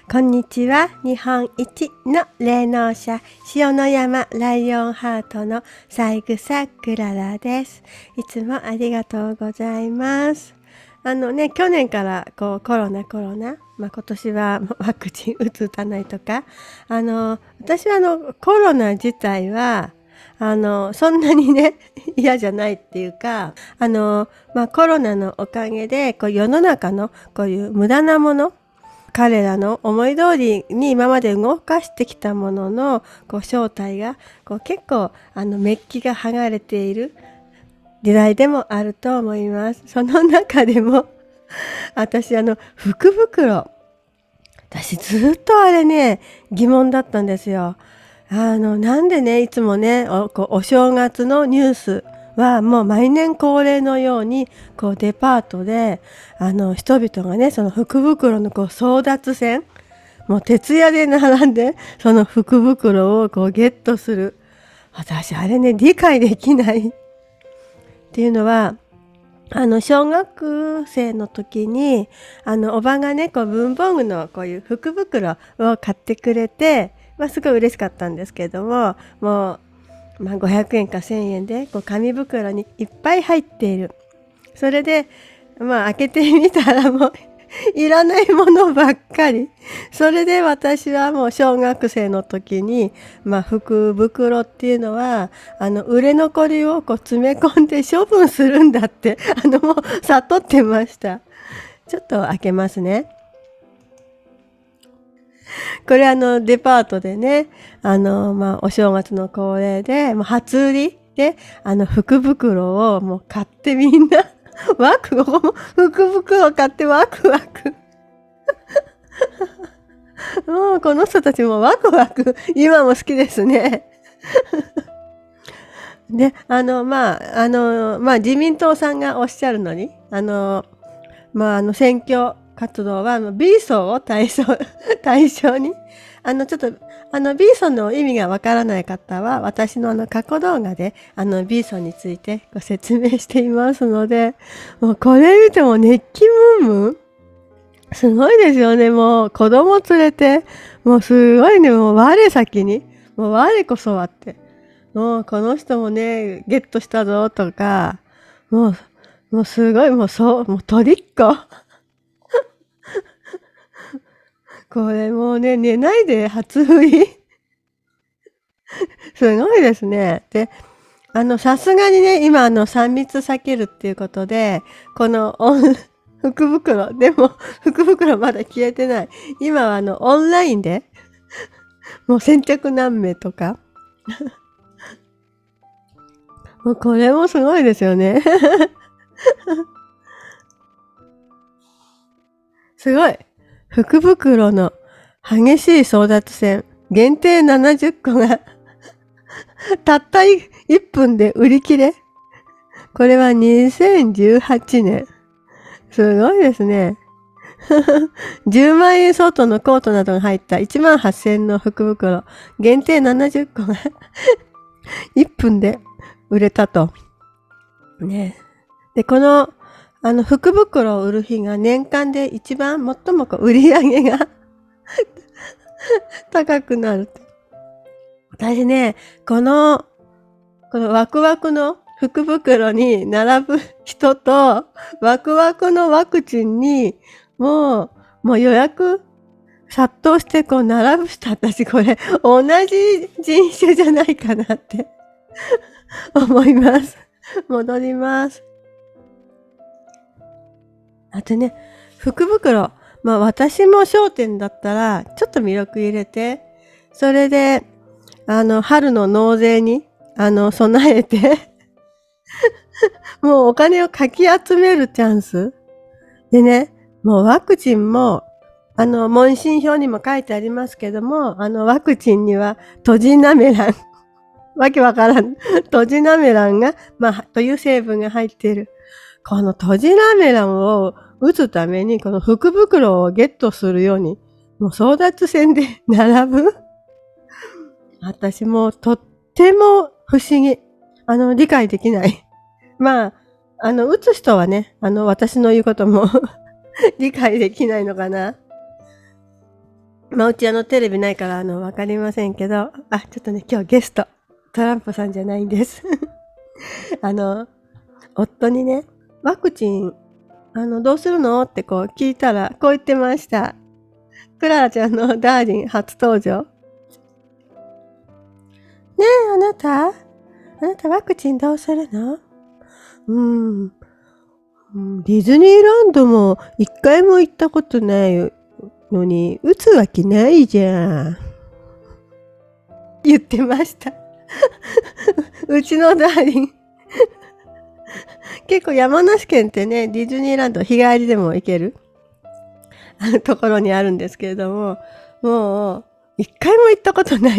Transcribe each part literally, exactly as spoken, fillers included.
こんにちは。日本一の霊能者、塩の山ライオンハートの三枝クララです。いつもありがとうございます。あのね、去年からこうコロナコロナ、まあ、今年はワクチン打つ打たないとか、あの、私はあのコロナ自体は、あの、そんなにね、嫌じゃないっていうか、あの、まあ、コロナのおかげで、こう世の中のこういう無駄なもの、彼らの思い通りに今まで動かしてきたもののこう正体がこう結構あのメッキが剥がれている時代でもあると思います。その中でも私あの福袋、私ずっとあれね疑問だったんですよ。あのなんでねいつもね お, こうお正月のニュースはもう毎年恒例のようにこうデパートであの人々がねその福袋のこう争奪戦、もう徹夜で並んでその福袋をこうゲットする、私あれね理解できないっていうのは、あの小学生の時にあのおばがねこう文房具のこういう福袋を買ってくれて、まあ、すごい嬉しかったんですけども、もうまあ、ごひゃくえんかせんえんでこう紙袋にいっぱい入っている。それでまあ開けてみたらもういらないものばっかり。それで私はもう小学生の時に、まあ、福袋っていうのはあの売れ残りをこう詰め込んで処分するんだってあのもう悟ってました。ちょっと開けますね。これあのデパートでね、あのまあお正月の恒例で、もう初売りであの福袋をもう買ってみんなワクワク、福袋買ってワクワクもうこの人たちもワクワク、今も好きですねで、あのまああのまあ自民党さんがおっしゃるのに、あのまああの選挙活動は B 層を対象対象に、あのちょっとあの B 層の意味がわからない方は私のあの過去動画であの B 層についてご説明していますので、もうこれ見ても熱気ムンムンすごいですよね。もう子供連れてもうすごいね、もう我先にもう我こそはって、もうこの人もねゲットしたぞとか、もうもうすごい、もうそうもうとりっここれもうね、寝ないで初売りすごいですね。で、あの、さすがにね、今あの、さん密避けるっていうことで、このオン、福袋、でも、福袋まだ消えてない。今はあの、オンラインで、もう先着何名とか。もうこれもすごいですよね。すごい。福袋の激しい争奪戦、限定ななじゅっこがたったいっぷんで売り切れ。これはにせんじゅうはちねん。すごいですね。じゅうまんえん相当のコートなどが入ったいちまんはっせんえんの福袋、限定ななじゅっこがいっぷんで売れたと。ね。で、この、あの、福袋を売る日が年間で一番最もこう売り上げが高くなる。私ね、この、このワクワクの福袋に並ぶ人と、ワクワクのワクチンに、もう、もう予約殺到してこう並ぶ人、私これ同じ人種じゃないかなって思います。戻ります。あとね、福袋。まあ私も商店だったら、ちょっと魅力入れて、それで、あの、春の納税に、あの、備えてもうお金をかき集めるチャンス。でね、もうワクチンも、あの、問診票にも書いてありますけども、あの、ワクチンには、トジナメラン。わけわからん。トジナメランが、まあ、という成分が入っている。このトジナメランを打つために、この福袋をゲットするように、もう争奪戦で並ぶ。私もとっても不思議。あの、理解できない。まあ、あの、打つ人はね、あの、私の言うことも理解できないのかな。 まあ、うちあのテレビないからあのわかりませんけど、あ、ちょっとね、今日ゲスト、トランプさんじゃないんです。あの、夫にね、ワクチン、あの、どうするのってこう聞いたら、こう言ってました。クララちゃんのダーリン初登場。ねえ、あなたあなたワクチンどうするの？うーん。ディズニーランドも一回も行ったことないのに、打つわけないじゃん。言ってました。うちのダーリン。結構山梨県ってね、ディズニーランド日帰りでも行けるあのところにあるんですけれども、もう一回も行ったことない。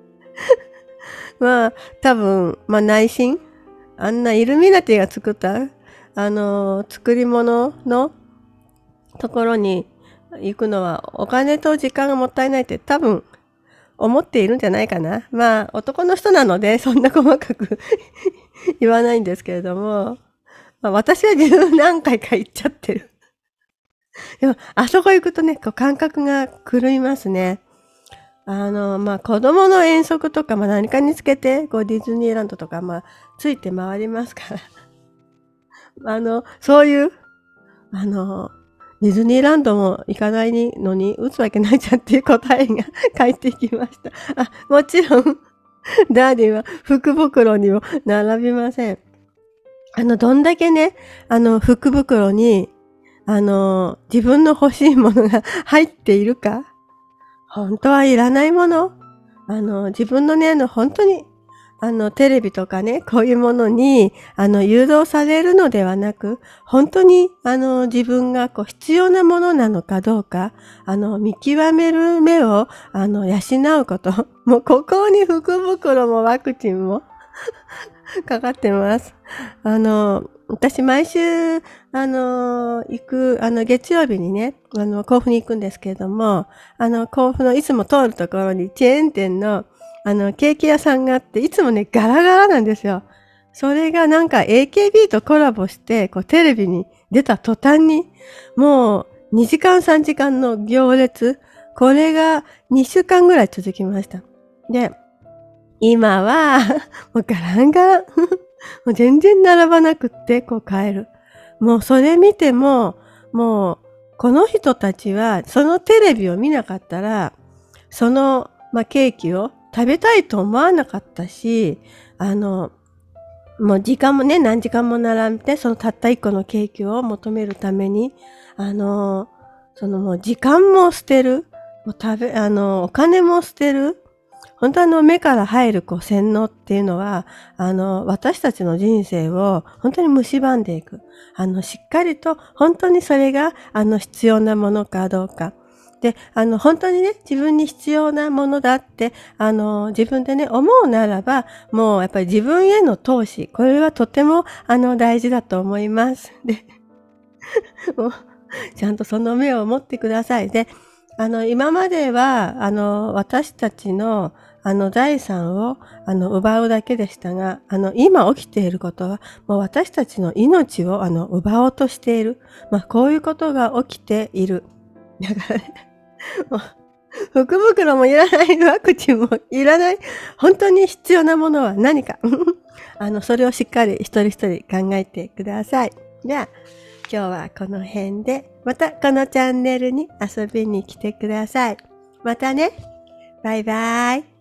まあ多分、まあ内心、あんなイルミナティが作った、あのー、作り物のところに行くのはお金と時間がもったいないって多分思っているんじゃないかな。まあ男の人なのでそんな細かく言わないんですけれども、まあ、私は自分何回か行っちゃってる。でもあそこ行くとね、こう感覚が狂いますね。あの、まあ、子供の遠足とか、まあ、何かにつけて、こう、ディズニーランドとか、まあ、ついて回りますから。あの、そういう、あの、ディズニーランドも行かないのに、打つわけないじゃんっていう答えが返ってきました。あ、もちろん、ダーディは福袋にも並びません。あの、どんだけね、あの、福袋に、あの、自分の欲しいものが入っているか、本当はいらないもの。あの、自分のね、あの、本当に、あの、テレビとかね、こういうものに、あの、誘導されるのではなく、本当に、あの、自分がこう、必要なものなのかどうか、あの、見極める目を、あの、養うこと。もう、ここに福袋もワクチンもかかってます。あの、私毎週、あの、行く、あの、月曜日にね、あの、甲府に行くんですけれども、あの、甲府のいつも通るところにチェーン店の、あの、ケーキ屋さんがあって、いつもね、ガラガラなんですよ。それがなんか エーケービー とコラボして、こう、テレビに出た途端に、もう、にじかんさんじかんの行列、これがにしゅうかんぐらい続きました。で、今は、もうガランガラン。もう全然並ばなくって、こう買える。もうそれ見ても、もう、この人たちは、そのテレビを見なかったら、その、まあ、ケーキを食べたいと思わなかったし、あの、もう時間もね、何時間も並んで、そのたった一個のケーキを求めるために、あの、そのもう時間も捨てる。もう食べ、あの、お金も捨てる。本当あの目から入るこう洗脳っていうのは、あの私たちの人生を本当に蝕んでいく。あのしっかりと本当にそれがあの必要なものかどうか。で、あの本当にね、自分に必要なものだって、あの自分でね、思うならば、もうやっぱり自分への投資、これはとてもあの大事だと思います。で、もうちゃんとその目を持ってください。で、あの、今までは、あの、私たちの、あの、財産を、あの、奪うだけでしたが、あの、今起きていることは、もう私たちの命を、あの、奪おうとしている。まあ、こういうことが起きている。だからね、もう、福袋もいらない、ワクチンもいらない。本当に必要なものは何か。あの、それをしっかり一人一人考えてください。では、今日はこの辺で、またこのチャンネルに遊びに来てください。またね。バイバイ。